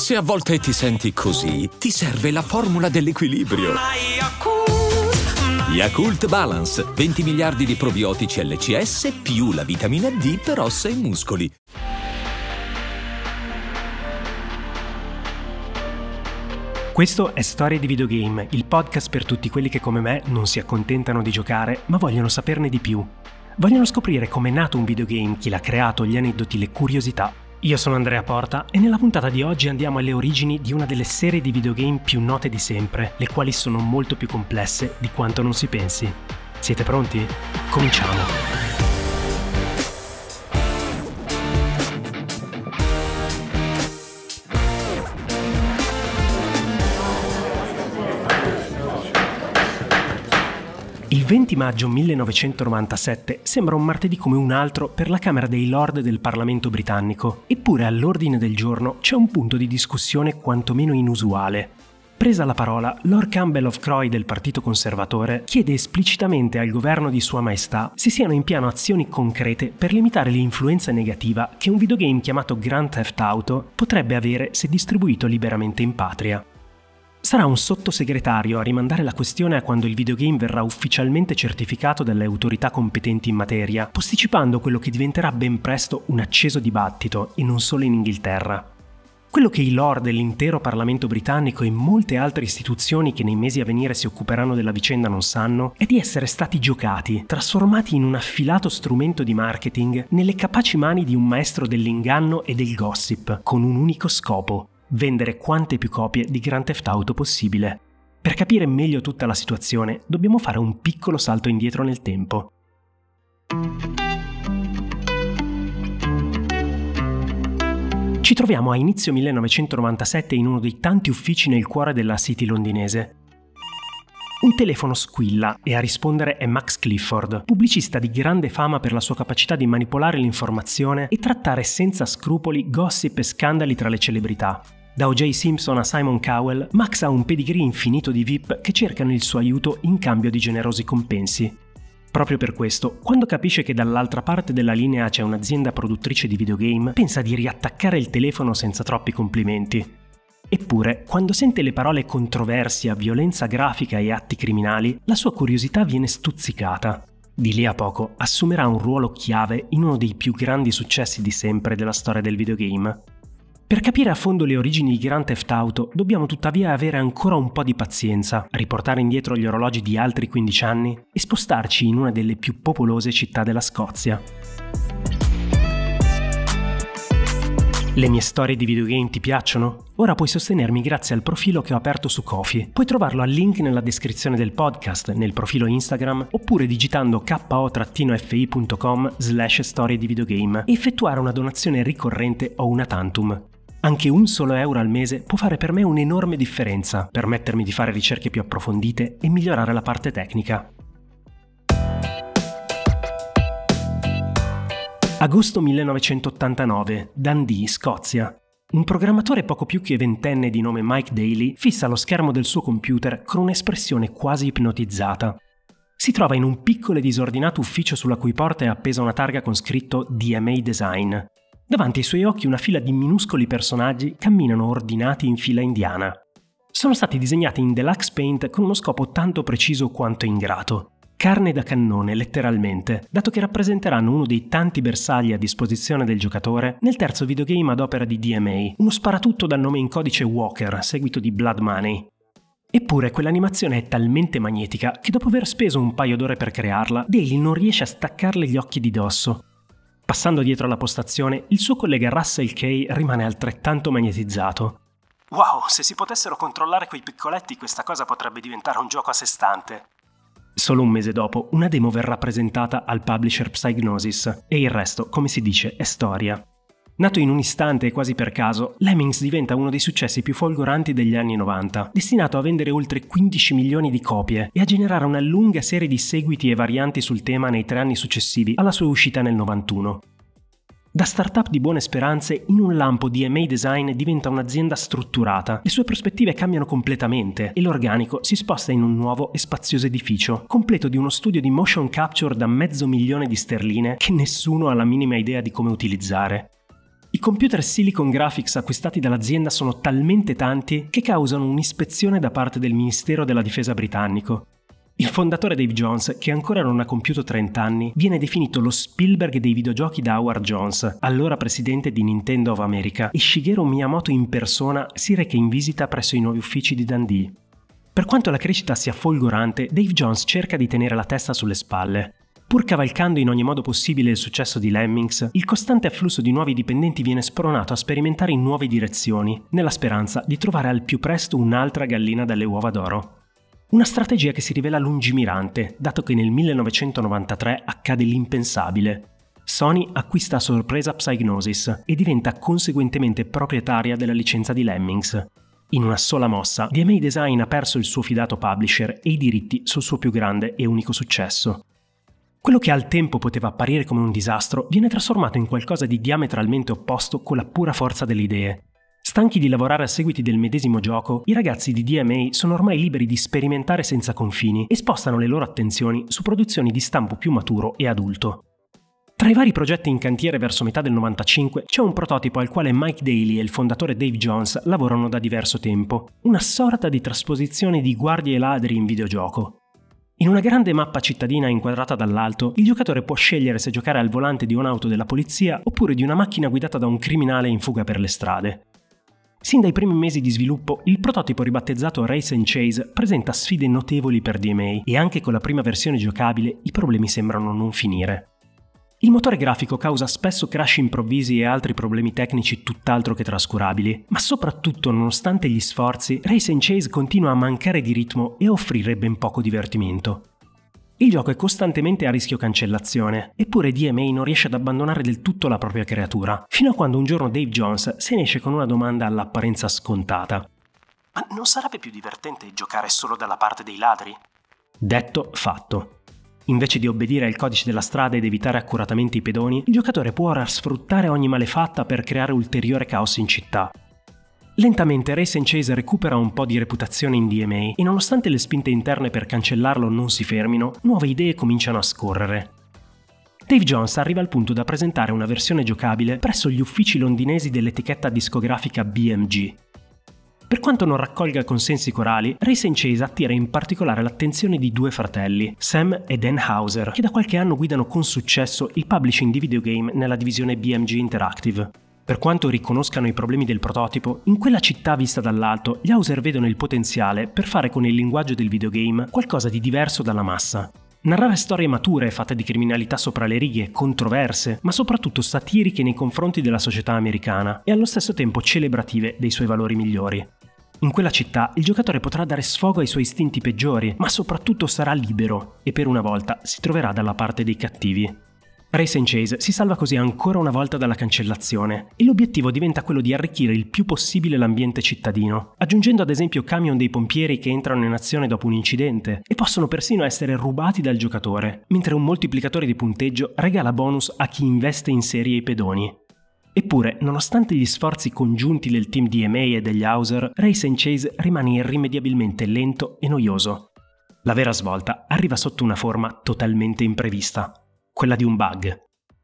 Se a volte ti senti così, ti serve la formula dell'equilibrio. Yakult Balance, 20 miliardi di probiotici LCS più la vitamina D per ossa e muscoli. Questo è Storie di Videogame, il podcast per tutti quelli che come me non si accontentano di giocare, ma vogliono saperne di più. Vogliono scoprire com'è nato un videogame, chi l'ha creato, gli aneddoti, le curiosità. Io sono Andrea Porta e nella puntata di oggi andiamo alle origini di una delle serie di videogame più note di sempre, le quali sono molto più complesse di quanto non si pensi. Siete pronti? Cominciamo! Il 20 maggio 1997 sembra un martedì come un altro per la Camera dei Lord del Parlamento britannico, eppure all'ordine del giorno c'è un punto di discussione quantomeno inusuale. Presa la parola, Lord Campbell of Croy del Partito Conservatore chiede esplicitamente al governo di Sua Maestà se siano in piano azioni concrete per limitare l'influenza negativa che un videogame chiamato Grand Theft Auto potrebbe avere se distribuito liberamente in patria. Sarà un sottosegretario a rimandare la questione a quando il videogame verrà ufficialmente certificato dalle autorità competenti in materia, posticipando quello che diventerà ben presto un acceso dibattito, e non solo in Inghilterra. Quello che i lord dell'intero Parlamento britannico e molte altre istituzioni che nei mesi a venire si occuperanno della vicenda non sanno è di essere stati giocati, trasformati in un affilato strumento di marketing nelle capaci mani di un maestro dell'inganno e del gossip, con un unico scopo: vendere quante più copie di Grand Theft Auto possibile. Per capire meglio tutta la situazione, dobbiamo fare un piccolo salto indietro nel tempo. Ci troviamo a inizio 1997 in uno dei tanti uffici nel cuore della City londinese. Un telefono squilla e a rispondere è Max Clifford, pubblicista di grande fama per la sua capacità di manipolare l'informazione e trattare senza scrupoli gossip e scandali tra le celebrità. Da O.J. Simpson a Simon Cowell, Max ha un pedigree infinito di VIP che cercano il suo aiuto in cambio di generosi compensi. Proprio per questo, quando capisce che dall'altra parte della linea c'è un'azienda produttrice di videogame, pensa di riattaccare il telefono senza troppi complimenti. Eppure, quando sente le parole controversia, violenza grafica e atti criminali, la sua curiosità viene stuzzicata. Di lì a poco assumerà un ruolo chiave in uno dei più grandi successi di sempre della storia del videogame. Per capire a fondo le origini di Grand Theft Auto, dobbiamo tuttavia avere ancora un po' di pazienza, riportare indietro gli orologi di altri 15 anni e spostarci in una delle più popolose città della Scozia. Le mie storie di videogame ti piacciono? Ora puoi sostenermi grazie al profilo che ho aperto su Ko-fi. Puoi trovarlo al link nella descrizione del podcast, nel profilo Instagram, oppure digitando ko-fi.com/storie di videogame e effettuare una donazione ricorrente o una tantum. Anche €1 al mese può fare per me un'enorme differenza, permettermi di fare ricerche più approfondite e migliorare la parte tecnica. Agosto 1989, Dundee, Scozia. Un programmatore poco più che ventenne di nome Mike Daly fissa lo schermo del suo computer con un'espressione quasi ipnotizzata. Si trova in un piccolo e disordinato ufficio sulla cui porta è appesa una targa con scritto DMA Design. Davanti ai suoi occhi una fila di minuscoli personaggi camminano ordinati in fila indiana. Sono stati disegnati in Deluxe Paint con uno scopo tanto preciso quanto ingrato. Carne da cannone, letteralmente, dato che rappresenteranno uno dei tanti bersagli a disposizione del giocatore nel terzo videogame ad opera di DMA, uno sparatutto dal nome in codice Walker, seguito di Blood Money. Eppure quell'animazione è talmente magnetica che dopo aver speso un paio d'ore per crearla, Daly non riesce a staccarle gli occhi di dosso. Passando dietro alla postazione, il suo collega Russell Kay rimane altrettanto magnetizzato. Wow, se si potessero controllare quei piccoletti, questa cosa potrebbe diventare un gioco a sé stante. Solo un mese dopo, una demo verrà presentata al publisher Psygnosis e il resto, come si dice, è storia. Nato in un istante e quasi per caso, Lemmings diventa uno dei successi più folgoranti degli anni 90, destinato a vendere oltre 15 milioni di copie e a generare una lunga serie di seguiti e varianti sul tema nei 3 anni successivi alla sua uscita nel 91. Da startup di buone speranze, in un lampo DMA Design diventa un'azienda strutturata, le sue prospettive cambiano completamente e l'organico si sposta in un nuovo e spazioso edificio, completo di uno studio di motion capture da $500,000 che nessuno ha la minima idea di come utilizzare. I I computer Silicon Graphics acquistati dall'azienda sono talmente tanti che causano un'ispezione da parte del Ministero della Difesa britannico. Il fondatore Dave Jones, che ancora non ha compiuto 30 anni, viene definito lo Spielberg dei videogiochi da Howard Jones, allora presidente di Nintendo of America, e Shigeru Miyamoto in persona si reca in visita presso i nuovi uffici di Dundee. Per quanto la crescita sia folgorante, Dave Jones cerca di tenere la testa sulle spalle. Pur cavalcando in ogni modo possibile il successo di Lemmings, il costante afflusso di nuovi dipendenti viene spronato a sperimentare in nuove direzioni, nella speranza di trovare al più presto un'altra gallina dalle uova d'oro. Una strategia che si rivela lungimirante, dato che nel 1993 accade l'impensabile. Sony acquista a sorpresa Psygnosis e diventa conseguentemente proprietaria della licenza di Lemmings. In una sola mossa, DMA Design ha perso il suo fidato publisher e i diritti sul suo più grande e unico successo. Quello che al tempo poteva apparire come un disastro viene trasformato in qualcosa di diametralmente opposto con la pura forza delle idee. Stanchi di lavorare a seguiti del medesimo gioco, i ragazzi di DMA sono ormai liberi di sperimentare senza confini e spostano le loro attenzioni su produzioni di stampo più maturo e adulto. Tra i vari progetti in cantiere verso metà del 95 c'è un prototipo al quale Mike Daly e il fondatore Dave Jones lavorano da diverso tempo, una sorta di trasposizione di Guardie e ladri in videogioco. In una grande mappa cittadina inquadrata dall'alto, il giocatore può scegliere se giocare al volante di un'auto della polizia oppure di una macchina guidata da un criminale in fuga per le strade. Sin dai primi mesi di sviluppo, il prototipo ribattezzato Race and Chase presenta sfide notevoli per DMA e anche con la prima versione giocabile i problemi sembrano non finire. Il motore grafico causa spesso crash improvvisi e altri problemi tecnici tutt'altro che trascurabili, ma soprattutto nonostante gli sforzi, Race and Chase continua a mancare di ritmo e a offrire ben poco divertimento. Il gioco è costantemente a rischio cancellazione, eppure DMA non riesce ad abbandonare del tutto la propria creatura, fino a quando un giorno Dave Jones se ne esce con una domanda all'apparenza scontata. Ma non sarebbe più divertente giocare solo dalla parte dei ladri? Detto, fatto. Invece di obbedire al codice della strada ed evitare accuratamente i pedoni, il giocatore può ora sfruttare ogni malefatta per creare ulteriore caos in città. Lentamente Race and Chase recupera un po' di reputazione in DMA e nonostante le spinte interne per cancellarlo non si fermino, nuove idee cominciano a scorrere. Dave Jones arriva al punto da presentare una versione giocabile presso gli uffici londinesi dell'etichetta discografica BMG. Per quanto non raccolga consensi corali, Race and Chase attira in particolare l'attenzione di due fratelli, Sam e Dan Houser, che da qualche anno guidano con successo il publishing di videogame nella divisione BMG Interactive. Per quanto riconoscano i problemi del prototipo, in quella città vista dall'alto, gli Houser vedono il potenziale per fare con il linguaggio del videogame qualcosa di diverso dalla massa. Narrare storie mature fatte di criminalità sopra le righe, controverse, ma soprattutto satiriche nei confronti della società americana e allo stesso tempo celebrative dei suoi valori migliori. In quella città il giocatore potrà dare sfogo ai suoi istinti peggiori, ma soprattutto sarà libero e per una volta si troverà dalla parte dei cattivi. Race and Chase si salva così ancora una volta dalla cancellazione e l'obiettivo diventa quello di arricchire il più possibile l'ambiente cittadino, aggiungendo ad esempio camion dei pompieri che entrano in azione dopo un incidente e possono persino essere rubati dal giocatore, mentre un moltiplicatore di punteggio regala bonus a chi investe in serie i pedoni. Eppure, nonostante gli sforzi congiunti del team DMA e degli Houser, Race and Chase rimane irrimediabilmente lento e noioso. La vera svolta arriva sotto una forma totalmente imprevista, quella di un bug.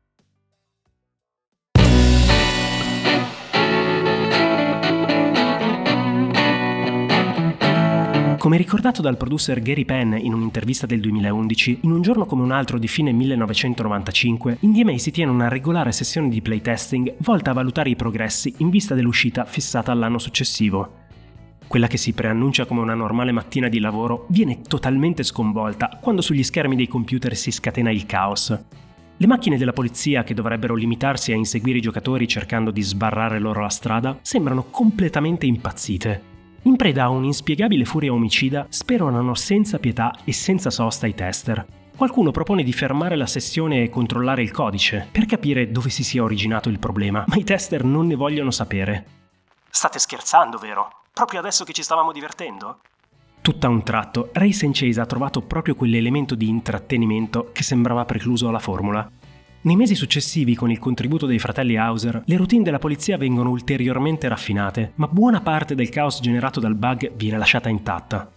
Come ricordato dal producer Gary Penn in un'intervista del 2011, in un giorno come un altro di fine 1995, in DMA si tiene una regolare sessione di playtesting volta a valutare i progressi in vista dell'uscita fissata all'anno successivo. Quella che si preannuncia come una normale mattina di lavoro viene totalmente sconvolta quando sugli schermi dei computer si scatena il caos. Le macchine della polizia, che dovrebbero limitarsi a inseguire i giocatori cercando di sbarrare loro la strada, sembrano completamente impazzite. In preda a un'inspiegabile furia omicida, speronano senza pietà e senza sosta i tester. Qualcuno propone di fermare la sessione e controllare il codice, per capire dove si sia originato il problema, ma i tester non ne vogliono sapere. State scherzando, vero? Proprio adesso che ci stavamo divertendo? Tutt'a un tratto, Race and Chase ha trovato proprio quell'elemento di intrattenimento che sembrava precluso alla formula. Nei mesi successivi, con il contributo dei fratelli Houser, le routine della polizia vengono ulteriormente raffinate, ma buona parte del caos generato dal bug viene lasciata intatta.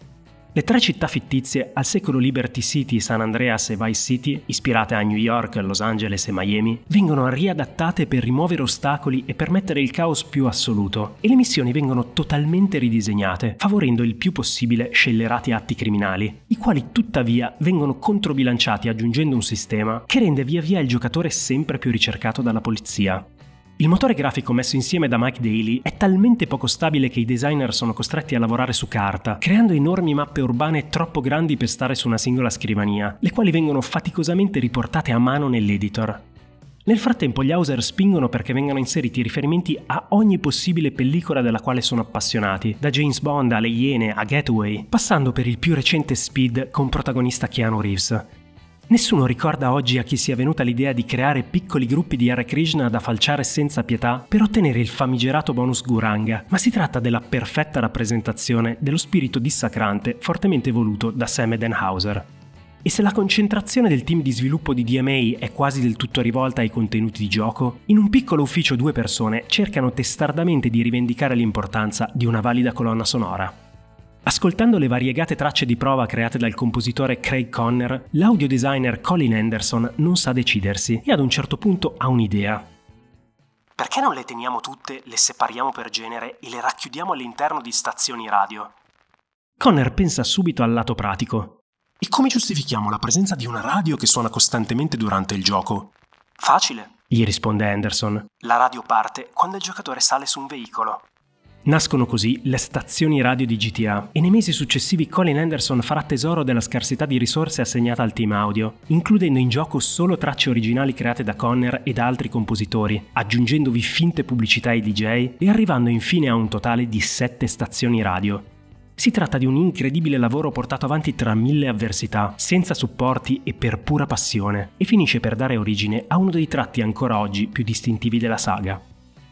Le 3 città fittizie al secolo Liberty City, San Andreas e Vice City, ispirate a New York, Los Angeles e Miami, vengono riadattate per rimuovere ostacoli e permettere il caos più assoluto, e le missioni vengono totalmente ridisegnate, favorendo il più possibile scellerati atti criminali, i quali tuttavia vengono controbilanciati aggiungendo un sistema che rende via via il giocatore sempre più ricercato dalla polizia. Il motore grafico messo insieme da Mike Daly è talmente poco stabile che i designer sono costretti a lavorare su carta, creando enormi mappe urbane troppo grandi per stare su una singola scrivania, le quali vengono faticosamente riportate a mano nell'editor. Nel frattempo gli Hauser spingono perché vengano inseriti riferimenti a ogni possibile pellicola della quale sono appassionati, da James Bond alle Iene a Getaway, passando per il più recente Speed con protagonista Keanu Reeves. Nessuno ricorda oggi a chi sia venuta l'idea di creare piccoli gruppi di Hare Krishna da falciare senza pietà per ottenere il famigerato bonus Guranga, ma si tratta della perfetta rappresentazione dello spirito dissacrante fortemente voluto da Sam Edenhauser. E se la concentrazione del team di sviluppo di DMA è quasi del tutto rivolta ai contenuti di gioco, in un piccolo ufficio 2 persone cercano testardamente di rivendicare l'importanza di una valida colonna sonora. Ascoltando le variegate tracce di prova create dal compositore Craig Conner, l'audio designer Colin Henderson non sa decidersi e ad un certo punto ha un'idea. Perché non le teniamo tutte, le separiamo per genere e le racchiudiamo all'interno di stazioni radio? Conner pensa subito al lato pratico. E come giustifichiamo la presenza di una radio che suona costantemente durante il gioco? Facile, gli risponde Henderson. La radio parte quando il giocatore sale su un veicolo. Nascono così le stazioni radio di GTA e nei mesi successivi Colin Henderson farà tesoro della scarsità di risorse assegnata al team audio, includendo in gioco solo tracce originali create da Conner e da altri compositori, aggiungendovi finte pubblicità ai DJ e arrivando infine a un totale di 7 stazioni radio. Si tratta di un incredibile lavoro portato avanti tra 1000 avversità, senza supporti e per pura passione, e finisce per dare origine a uno dei tratti ancora oggi più distintivi della saga.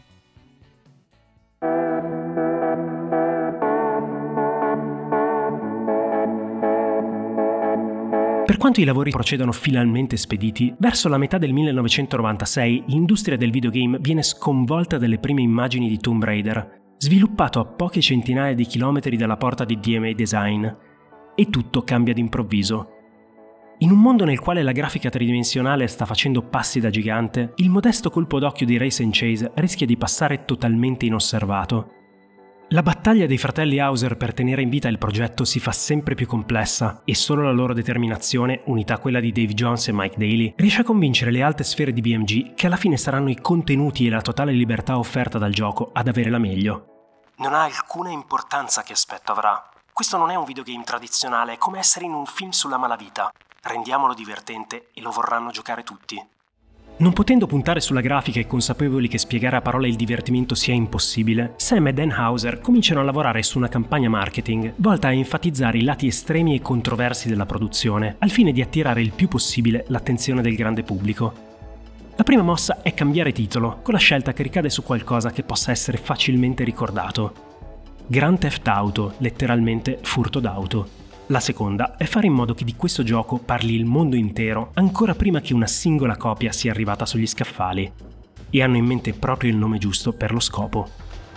Per quanto i lavori procedano finalmente spediti, verso la metà del 1996 l'industria del videogame viene sconvolta dalle prime immagini di Tomb Raider, sviluppato a poche centinaia di chilometri dalla porta di DMA Design, e tutto cambia d'improvviso. In un mondo nel quale la grafica tridimensionale sta facendo passi da gigante, il modesto colpo d'occhio di Race and Chase rischia di passare totalmente inosservato. La battaglia dei fratelli Hauser per tenere in vita il progetto si fa sempre più complessa e solo la loro determinazione, unita a quella di Dave Jones e Mike Daly, riesce a convincere le alte sfere di BMG che alla fine saranno i contenuti e la totale libertà offerta dal gioco ad avere la meglio. Non ha alcuna importanza che aspetto avrà. Questo non è un videogame tradizionale, è come essere in un film sulla malavita. Rendiamolo divertente e lo vorranno giocare tutti. Non potendo puntare sulla grafica e consapevoli che spiegare a parole il divertimento sia impossibile, Sam e Dan Hauser cominciano a lavorare su una campagna marketing volta a enfatizzare i lati estremi e controversi della produzione, al fine di attirare il più possibile l'attenzione del grande pubblico. La prima mossa è cambiare titolo, con la scelta che ricade su qualcosa che possa essere facilmente ricordato. Grand Theft Auto, letteralmente furto d'auto. La seconda è fare in modo che di questo gioco parli il mondo intero ancora prima che una singola copia sia arrivata sugli scaffali. E hanno in mente proprio il nome giusto per lo scopo.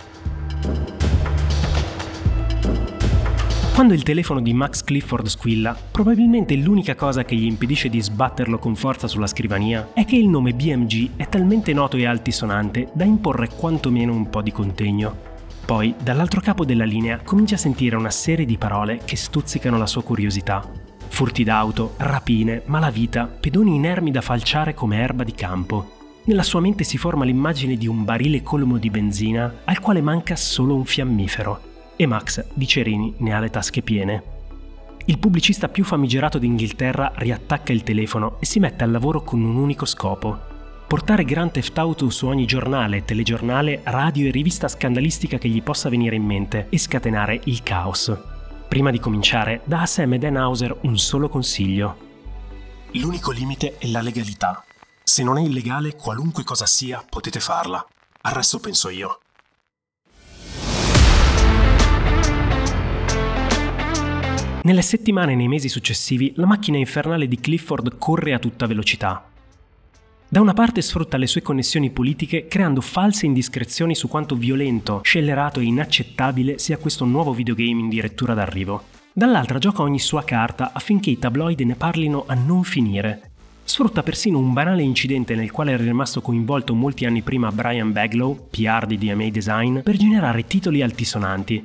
Quando il telefono di Max Clifford squilla, probabilmente l'unica cosa che gli impedisce di sbatterlo con forza sulla scrivania è che il nome BMG è talmente noto e altisonante da imporre quantomeno un po' di contegno. Poi, dall'altro capo della linea, comincia a sentire una serie di parole che stuzzicano la sua curiosità. Furti d'auto, rapine, malavita, pedoni inermi da falciare come erba di campo. Nella sua mente si forma l'immagine di un barile colmo di benzina al quale manca solo un fiammifero. E Max di cerini ne ha le tasche piene. Il pubblicista più famigerato d'Inghilterra riattacca il telefono e si mette al lavoro con un unico scopo: portare Grand Theft Auto su ogni giornale, telegiornale, radio e rivista scandalistica che gli possa venire in mente e scatenare il caos. Prima di cominciare, dà a Sam e Dan Hauser un solo consiglio. L'unico limite è la legalità. Se non è illegale, qualunque cosa sia, potete farla. Al resto penso io. Nelle settimane e nei mesi successivi, la macchina infernale di Clifford corre a tutta velocità. Da una parte sfrutta le sue connessioni politiche creando false indiscrezioni su quanto violento, scellerato e inaccettabile sia questo nuovo videogame in dirittura d'arrivo. Dall'altra gioca ogni sua carta affinché i tabloid ne parlino a non finire. Sfrutta persino un banale incidente nel quale era rimasto coinvolto molti anni prima Brian Baglow, PR di DMA Design, per generare titoli altisonanti.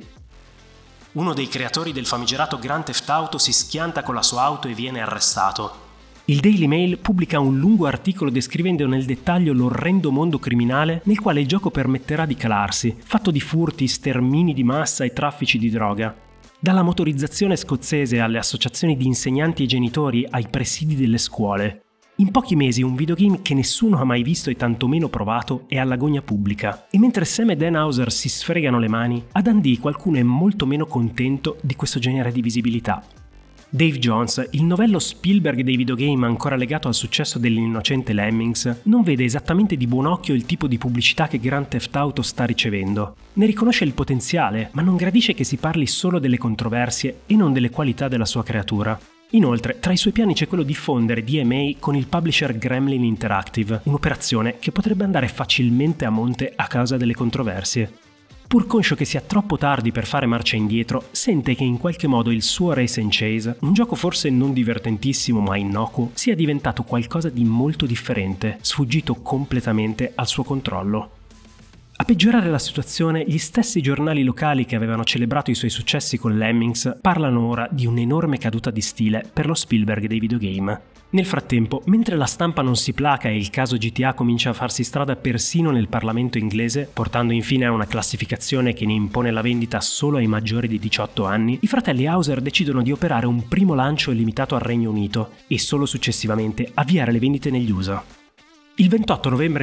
Uno dei creatori del famigerato Grand Theft Auto si schianta con la sua auto e viene arrestato. Il Daily Mail pubblica un lungo articolo descrivendo nel dettaglio l'orrendo mondo criminale nel quale il gioco permetterà di calarsi, fatto di furti, stermini di massa e traffici di droga. Dalla motorizzazione scozzese alle associazioni di insegnanti e genitori ai presidi delle scuole. In pochi mesi un videogame che nessuno ha mai visto e tantomeno provato è all'agonia pubblica. E mentre Sam e Dan Houser si sfregano le mani, a Dundee qualcuno è molto meno contento di questo genere di visibilità. Dave Jones, il novello Spielberg dei videogame ancora legato al successo dell'innocente Lemmings, non vede esattamente di buon occhio il tipo di pubblicità che Grand Theft Auto sta ricevendo. Ne riconosce il potenziale, ma non gradisce che si parli solo delle controversie e non delle qualità della sua creatura. Inoltre, tra i suoi piani c'è quello di fondere DMA con il publisher Gremlin Interactive, un'operazione che potrebbe andare facilmente a monte a causa delle controversie. Pur conscio che sia troppo tardi per fare marcia indietro, sente che in qualche modo il suo Race and Chase, un gioco forse non divertentissimo ma innocuo, sia diventato qualcosa di molto differente, sfuggito completamente al suo controllo. A peggiorare la situazione, gli stessi giornali locali che avevano celebrato i suoi successi con Lemmings parlano ora di un'enorme caduta di stile per lo Spielberg dei videogame. Nel frattempo, mentre la stampa non si placa e il caso GTA comincia a farsi strada persino nel Parlamento inglese, portando infine a una classificazione che ne impone la vendita solo ai maggiori di 18 anni, i fratelli Houser decidono di operare un primo lancio limitato al Regno Unito e solo successivamente avviare le vendite negli USA. Il 28 novembre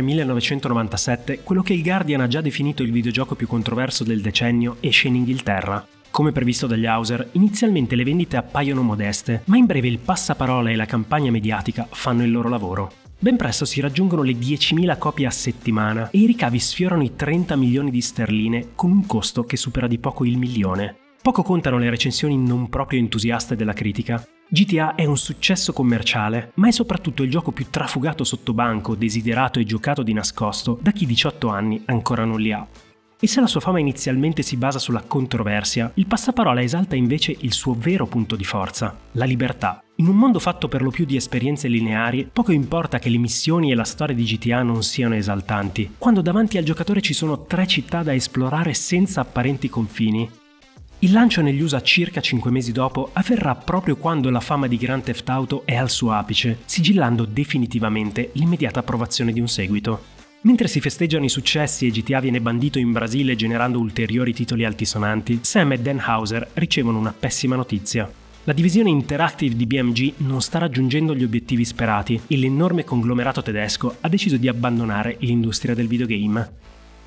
1997, quello che il Guardian ha già definito il videogioco più controverso del decennio esce in Inghilterra. Come previsto dagli Houser, inizialmente le vendite appaiono modeste, ma in breve il passaparola e la campagna mediatica fanno il loro lavoro. Ben presto si raggiungono le 10.000 copie a settimana e i ricavi sfiorano i 30 milioni di sterline con un costo che supera di poco il milione. Poco contano le recensioni non proprio entusiaste della critica. GTA è un successo commerciale, ma è soprattutto il gioco più trafugato sotto banco, desiderato e giocato di nascosto da chi 18 anni ancora non li ha. E se la sua fama inizialmente si basa sulla controversia, il passaparola esalta invece il suo vero punto di forza, la libertà. In un mondo fatto per lo più di esperienze lineari, poco importa che le missioni e la storia di GTA non siano esaltanti, quando davanti al giocatore ci sono 3 città da esplorare senza apparenti confini. Il lancio negli USA circa 5 mesi dopo avverrà proprio quando la fama di Grand Theft Auto è al suo apice, sigillando definitivamente l'immediata approvazione di un seguito. Mentre si festeggiano i successi e GTA viene bandito in Brasile generando ulteriori titoli altisonanti, Sam e Dan Houser ricevono una pessima notizia. La divisione Interactive di BMG non sta raggiungendo gli obiettivi sperati e l'enorme conglomerato tedesco ha deciso di abbandonare l'industria del videogame.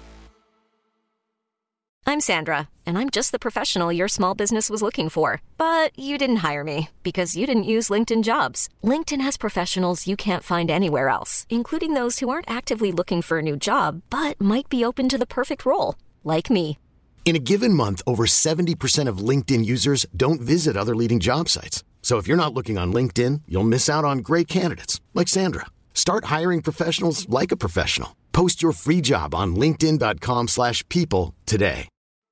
I'm Sandra, and I'm just the professional your small business was looking for. But you didn't hire me because you didn't use LinkedIn Jobs. LinkedIn has professionals you can't find anywhere else, including those who aren't actively looking for a new job, but might be open to the perfect role, like me. In a given month, over 70% of LinkedIn users don't visit other leading job sites. So if you're not looking on LinkedIn, you'll miss out on great candidates like Sandra. Start hiring professionals like a professional. Post your free job on linkedin.com/people today.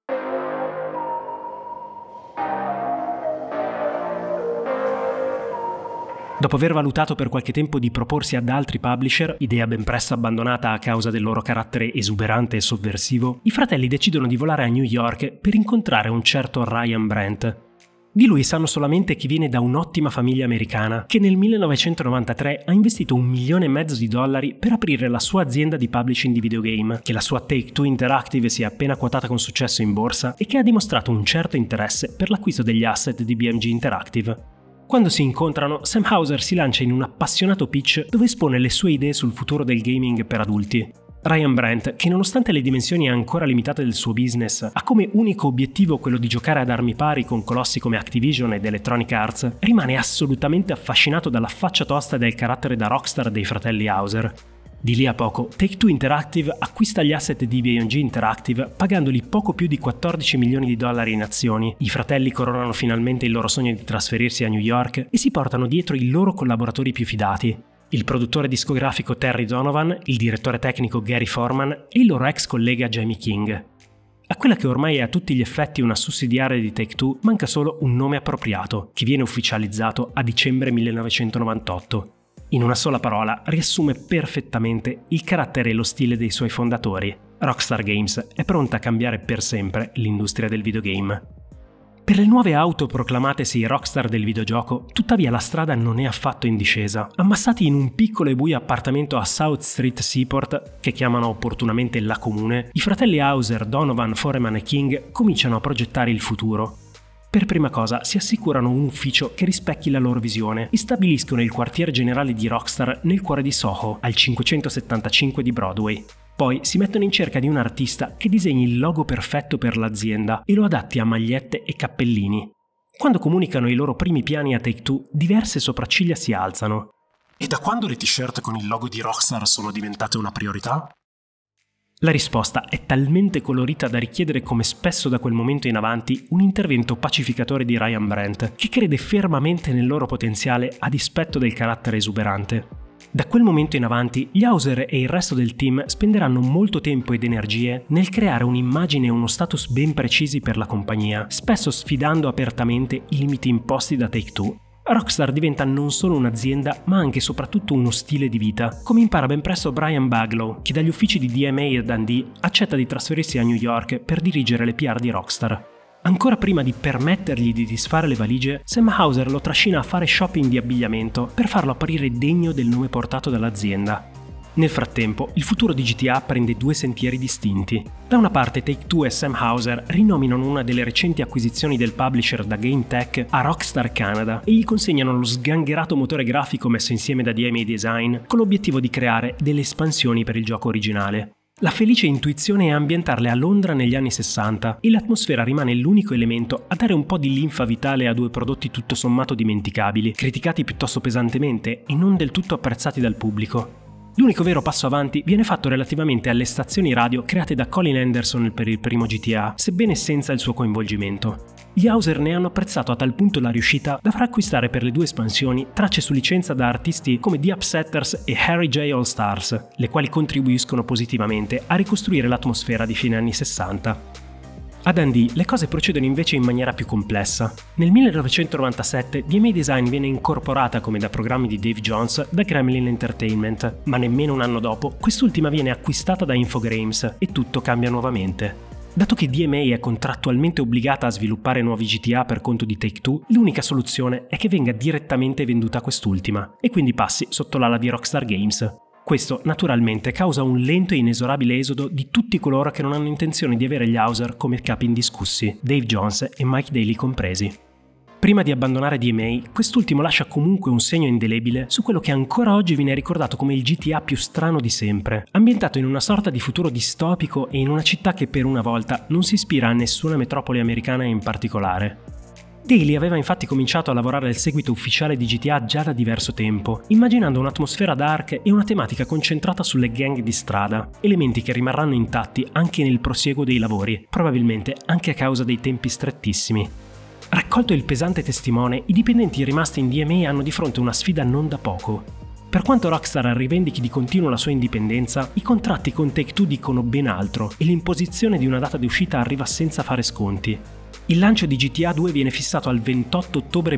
Dopo aver valutato per qualche tempo di proporsi ad altri publisher, idea ben presto abbandonata a causa del loro carattere esuberante e sovversivo, i fratelli decidono di volare a New York per incontrare un certo Ryan Brandt. Di lui sanno solamente che viene da un'ottima famiglia americana, che nel 1993 ha investito $1,5 milioni per aprire la sua azienda di publishing di videogame, che la sua Take-Two Interactive si è appena quotata con successo in borsa e che ha dimostrato un certo interesse per l'acquisto degli asset di BMG Interactive. Quando si incontrano, Sam Houser si lancia in un appassionato pitch dove espone le sue idee sul futuro del gaming per adulti. Ryan Brandt, che nonostante le dimensioni ancora limitate del suo business, ha come unico obiettivo quello di giocare ad armi pari con colossi come Activision ed Electronic Arts, rimane assolutamente affascinato dalla faccia tosta e del carattere da rockstar dei fratelli Houser. Di lì a poco, Take-Two Interactive acquista gli asset di BMG Interactive pagandoli poco più di $14 milioni in azioni. I fratelli coronano finalmente il loro sogno di trasferirsi a New York e si portano dietro i loro collaboratori più fidati. Il produttore discografico Terry Donovan, il direttore tecnico Gary Foreman e il loro ex collega Jamie King. A quella che ormai è a tutti gli effetti una sussidiaria di Take-Two manca solo un nome appropriato, che viene ufficializzato a dicembre 1998. In una sola parola riassume perfettamente il carattere e lo stile dei suoi fondatori. Rockstar Games è pronta a cambiare per sempre l'industria del videogame. Per le nuove autoproclamatesi rockstar del videogioco, tuttavia la strada non è affatto in discesa. Ammassati in un piccolo e buio appartamento a South Street Seaport, che chiamano opportunamente La Comune, i fratelli Hauser, Donovan, Foreman e King cominciano a progettare il futuro. Per prima cosa si assicurano un ufficio che rispecchi la loro visione e stabiliscono il quartier generale di Rockstar nel cuore di Soho, al 575 di Broadway. Poi si mettono in cerca di un artista che disegni il logo perfetto per l'azienda e lo adatti a magliette e cappellini. Quando comunicano i loro primi piani a Take-Two, diverse sopracciglia si alzano. E da quando le t-shirt con il logo di Rockstar sono diventate una priorità? La risposta è talmente colorita da richiedere, come spesso da quel momento in avanti, un intervento pacificatore di Ryan Brandt, che crede fermamente nel loro potenziale a dispetto del carattere esuberante. Da quel momento in avanti, gli Hauser e il resto del team spenderanno molto tempo ed energie nel creare un'immagine e uno status ben precisi per la compagnia, spesso sfidando apertamente i limiti imposti da Take-Two. Rockstar diventa non solo un'azienda, ma anche e soprattutto uno stile di vita, come impara ben presto Brian Baglow, che dagli uffici di DMA e Dundee accetta di trasferirsi a New York per dirigere le PR di Rockstar. Ancora prima di permettergli di disfare le valigie, Sam Hauser lo trascina a fare shopping di abbigliamento per farlo apparire degno del nome portato dall'azienda. Nel frattempo, il futuro di GTA prende due sentieri distinti. Da una parte Take-Two e Sam Hauser rinominano una delle recenti acquisizioni del publisher da GameTech a Rockstar Canada e gli consegnano lo sgangherato motore grafico messo insieme da DMA Design con l'obiettivo di creare delle espansioni per il gioco originale. La felice intuizione è ambientarle a Londra negli anni 60 e l'atmosfera rimane l'unico elemento a dare un po' di linfa vitale a due prodotti tutto sommato dimenticabili, criticati piuttosto pesantemente e non del tutto apprezzati dal pubblico. L'unico vero passo avanti viene fatto relativamente alle stazioni radio create da Colin Henderson per il primo GTA, sebbene senza il suo coinvolgimento. Gli Hauser ne hanno apprezzato a tal punto la riuscita da far acquistare per le due espansioni tracce su licenza da artisti come The Upsetters e Harry J. All Stars, le quali contribuiscono positivamente a ricostruire l'atmosfera di fine anni 60. A Dundee le cose procedono invece in maniera più complessa. Nel 1997 DMA Design viene incorporata come da programmi di Dave Jones da Gremlin Entertainment, ma nemmeno un anno dopo quest'ultima viene acquistata da Infogrames e tutto cambia nuovamente. Dato che DMA è contrattualmente obbligata a sviluppare nuovi GTA per conto di Take-Two, l'unica soluzione è che venga direttamente venduta quest'ultima e quindi passi sotto l'ala di Rockstar Games. Questo naturalmente causa un lento e inesorabile esodo di tutti coloro che non hanno intenzione di avere gli Hauser come capi indiscussi, Dave Jones e Mike Daly compresi. Prima di abbandonare DMA, quest'ultimo lascia comunque un segno indelebile su quello che ancora oggi viene ricordato come il GTA più strano di sempre, ambientato in una sorta di futuro distopico e in una città che per una volta non si ispira a nessuna metropoli americana in particolare. Daly aveva infatti cominciato a lavorare al seguito ufficiale di GTA già da diverso tempo, immaginando un'atmosfera dark e una tematica concentrata sulle gang di strada, elementi che rimarranno intatti anche nel prosieguo dei lavori, probabilmente anche a causa dei tempi strettissimi. Raccolto il pesante testimone, i dipendenti rimasti in DMA hanno di fronte una sfida non da poco. Per quanto Rockstar rivendichi di continuo la sua indipendenza, i contratti con Take-Two dicono ben altro e l'imposizione di una data di uscita arriva senza fare sconti. Il lancio di GTA 2 viene fissato al 28 ottobre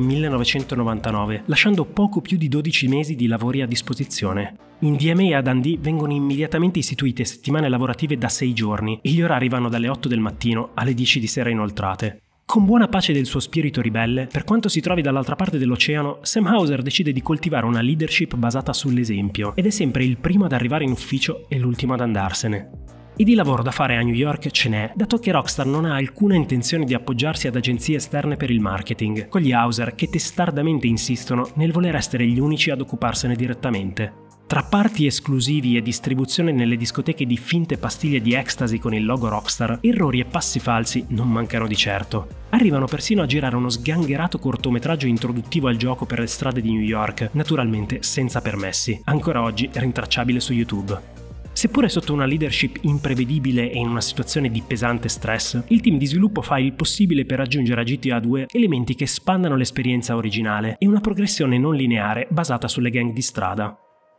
1999, lasciando poco più di 12 mesi di lavori a disposizione. In DMA e a Dundee vengono immediatamente istituite settimane lavorative da 6 giorni e gli orari vanno dalle 8 del mattino alle 10 di sera inoltrate. Con buona pace del suo spirito ribelle, per quanto si trovi dall'altra parte dell'oceano, Sam Hauser decide di coltivare una leadership basata sull'esempio ed è sempre il primo ad arrivare in ufficio e l'ultimo ad andarsene. E di lavoro da fare a New York ce n'è, dato che Rockstar non ha alcuna intenzione di appoggiarsi ad agenzie esterne per il marketing, con gli Hauser che testardamente insistono nel voler essere gli unici ad occuparsene direttamente. Tra party esclusivi e distribuzione nelle discoteche di finte pastiglie di ecstasy con il logo Rockstar, errori e passi falsi non mancano di certo. Arrivano persino a girare uno sgangherato cortometraggio introduttivo al gioco per le strade di New York, naturalmente senza permessi, ancora oggi rintracciabile su YouTube. Seppure sotto una leadership imprevedibile e in una situazione di pesante stress, il team di sviluppo fa il possibile per aggiungere a GTA 2 elementi che espandano l'esperienza originale e una progressione non lineare basata sulle gang di strada.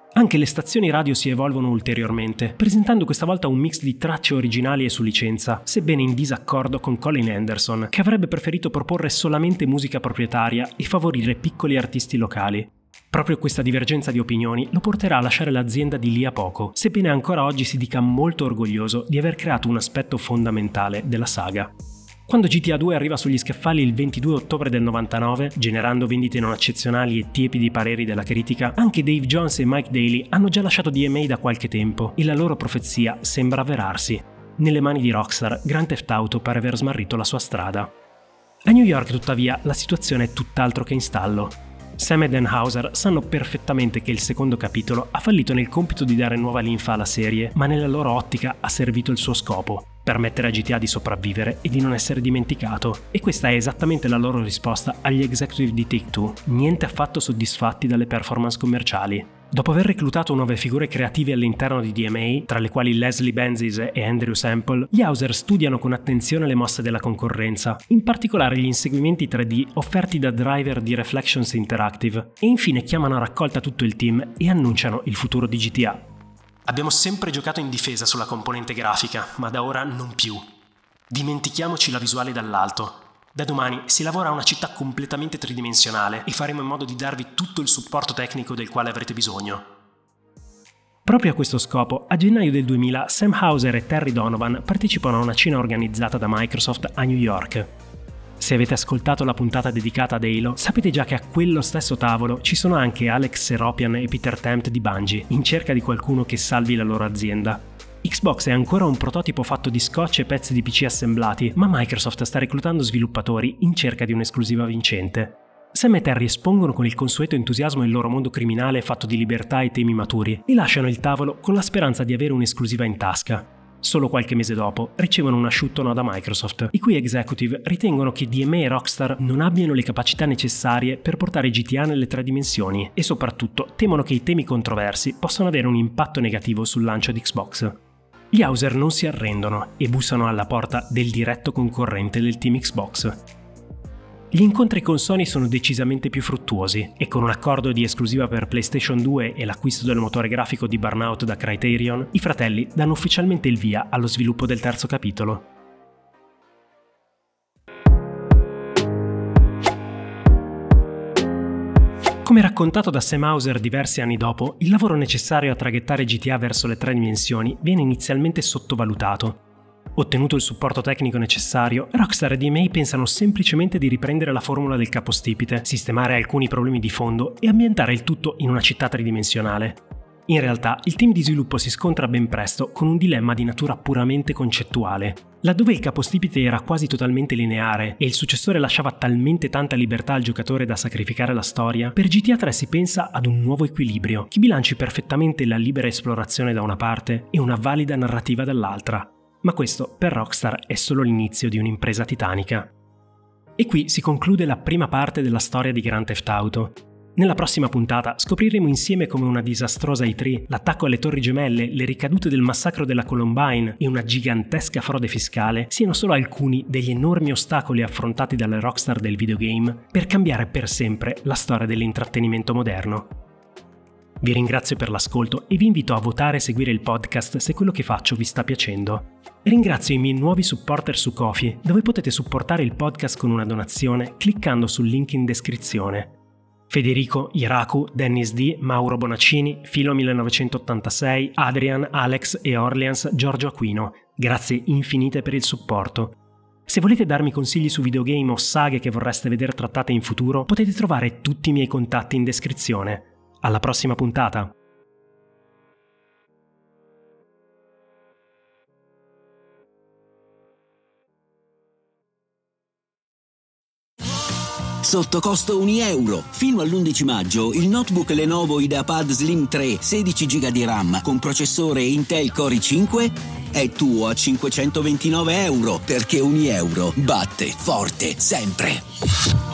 Anche le stazioni radio si evolvono ulteriormente, presentando questa volta un mix di tracce originali e su licenza, sebbene in disaccordo con Colin Henderson, che avrebbe preferito proporre solamente musica proprietaria e favorire piccoli artisti locali. Proprio questa divergenza di opinioni lo porterà a lasciare l'azienda di lì a poco, sebbene ancora oggi si dica molto orgoglioso di aver creato un aspetto fondamentale della saga. Quando GTA 2 arriva sugli scaffali il 22 ottobre del 99, generando vendite non eccezionali e tiepidi pareri della critica, anche Dave Jones e Mike Daly hanno già lasciato DMA da qualche tempo e la loro profezia sembra avverarsi. Nelle mani di Rockstar, Grand Theft Auto pare aver smarrito la sua strada. A New York, tuttavia, la situazione è tutt'altro che in stallo. Sam e Dan Houser sanno perfettamente che il secondo capitolo ha fallito nel compito di dare nuova linfa alla serie, ma nella loro ottica ha servito il suo scopo: permettere a GTA di sopravvivere e di non essere dimenticato. E questa è esattamente la loro risposta agli executive di Take-Two, niente affatto soddisfatti dalle performance commerciali. Dopo aver reclutato nuove figure creative all'interno di DMA, tra le quali Leslie Benzies e Andrew Sample, gli Houser studiano con attenzione le mosse della concorrenza, in particolare gli inseguimenti 3D offerti da driver di Reflections Interactive, e infine chiamano a raccolta tutto il team e annunciano il futuro di GTA. Abbiamo sempre giocato in difesa sulla componente grafica, ma da ora non più. Dimentichiamoci la visuale dall'alto. Da domani si lavora a una città completamente tridimensionale e faremo in modo di darvi tutto il supporto tecnico del quale avrete bisogno. Proprio a questo scopo, a gennaio del 2000, Sam Houser e Terry Donovan partecipano a una cena organizzata da Microsoft a New York. Se avete ascoltato la puntata dedicata ad Halo, sapete già che a quello stesso tavolo ci sono anche Alex Seropian e Peter Tempt di Bungie, in cerca di qualcuno che salvi la loro azienda. Xbox è ancora un prototipo fatto di scotch e pezzi di PC assemblati, ma Microsoft sta reclutando sviluppatori in cerca di un'esclusiva vincente. Sam e Terry espongono con il consueto entusiasmo il loro mondo criminale fatto di libertà e temi maturi e lasciano il tavolo con la speranza di avere un'esclusiva in tasca. Solo qualche mese dopo ricevono un asciutto no da Microsoft, i cui executive ritengono che DMA e Rockstar non abbiano le capacità necessarie per portare GTA nelle 3 dimensioni e soprattutto temono che i temi controversi possano avere un impatto negativo sul lancio di Xbox. Gli Houser non si arrendono e bussano alla porta del diretto concorrente del team Xbox. Gli incontri con Sony sono decisamente più fruttuosi e con un accordo di esclusiva per PlayStation 2 e l'acquisto del motore grafico di Burnout da Criterion, i fratelli danno ufficialmente il via allo sviluppo del terzo capitolo. Come raccontato da Sam Houser diversi anni dopo, il lavoro necessario a traghettare GTA verso le 3 dimensioni viene inizialmente sottovalutato. Ottenuto il supporto tecnico necessario, Rockstar e DMA pensano semplicemente di riprendere la formula del capostipite, sistemare alcuni problemi di fondo e ambientare il tutto in una città tridimensionale. In realtà, il team di sviluppo si scontra ben presto con un dilemma di natura puramente concettuale. Laddove il capostipite era quasi totalmente lineare e il successore lasciava talmente tanta libertà al giocatore da sacrificare la storia, per GTA 3 si pensa ad un nuovo equilibrio che bilanci perfettamente la libera esplorazione da una parte e una valida narrativa dall'altra. Ma questo per Rockstar è solo l'inizio di un'impresa titanica. E qui si conclude la prima parte della storia di Grand Theft Auto. Nella prossima puntata scopriremo insieme come una disastrosa E3, l'attacco alle Torri Gemelle, le ricadute del massacro della Columbine e una gigantesca frode fiscale siano solo alcuni degli enormi ostacoli affrontati dalle Rockstar del videogame per cambiare per sempre la storia dell'intrattenimento moderno. Vi ringrazio per l'ascolto e vi invito a votare e seguire il podcast se quello che faccio vi sta piacendo. Ringrazio i miei nuovi supporter su Ko-fi, dove potete supportare il podcast con una donazione cliccando sul link in descrizione. Federico, Iraku, Dennis D, Mauro Bonaccini, Filo 1986, Adrian, Alex e Orleans Giorgio Aquino. Grazie infinite per il supporto. Se volete darmi consigli su videogame o saghe che vorreste vedere trattate in futuro, potete trovare tutti i miei contatti in descrizione. Alla prossima puntata! Sotto costo €1. Fino all'11 maggio il notebook Lenovo IdeaPad Slim 3 16 GB di RAM con processore Intel Core i5 è tuo a €529 perché €1 batte forte sempre.